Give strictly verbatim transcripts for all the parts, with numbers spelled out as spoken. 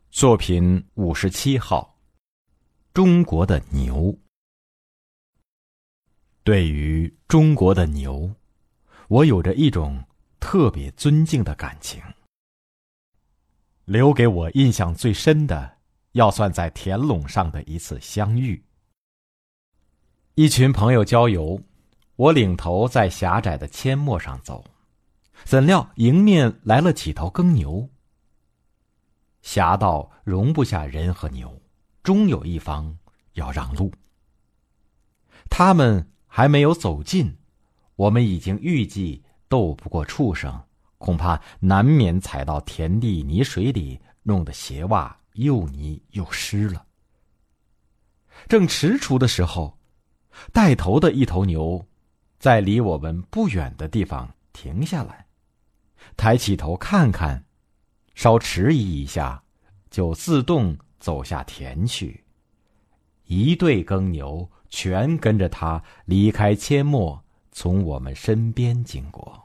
作品五十七号，中国的牛。对于中国的牛，我有着一种特别尊敬的感情。留给我印象最深的，要算在田垄上的一次相遇。一群朋友郊游，我领头在狭窄的阡陌上走，怎料迎面来了几头耕牛。狭道容不下人和牛，终有一方要让路。他们还没有走近，我们已经预计斗不过畜生，恐怕难免踩到田地泥水里，弄得鞋袜又泥又湿了。正踟蹰的时候，带头的一头牛在离我们不远的地方停下来，抬起头看看，稍迟疑一下，就自动走下田去。一队耕牛全跟着他离开阡陌，从我们身边经过。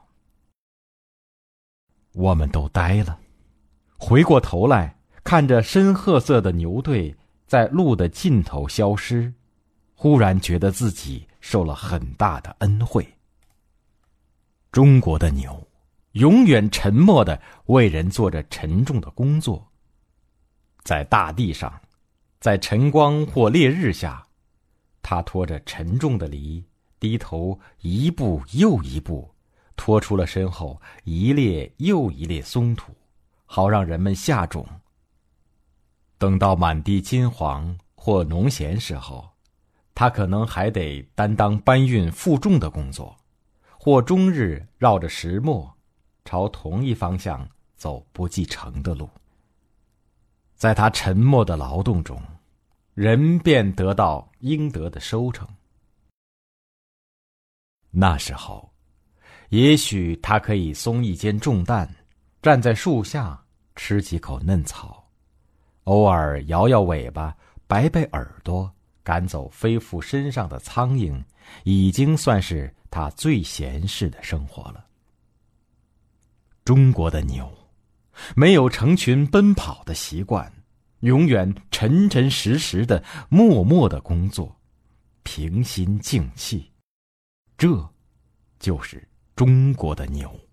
我们都呆了，回过头来看着深褐色的牛队在路的尽头消失，忽然觉得自己受了很大的恩惠。中国的牛永远沉默地为人做着沉重的工作，在大地上，在晨光或烈日下，他拖着沉重的犁，低头一步又一步，拖出了身后一列又一列松土，好让人们下种。等到满地金黄或农闲时候，他可能还得担当搬运负重的工作，或终日绕着石磨，朝同一方向走不计成的路。在他沉默的劳动中，人便得到应得的收成。那时候，也许他可以松一肩重担，站在树下吃几口嫩草，偶尔摇摇尾巴，摆摆耳朵，赶走飞附身上的苍蝇，已经算是他最闲适的生活了。中国的牛没有成群奔跑的习惯，永远沉沉实实的默默的工作，平心静气，这就是中国的牛。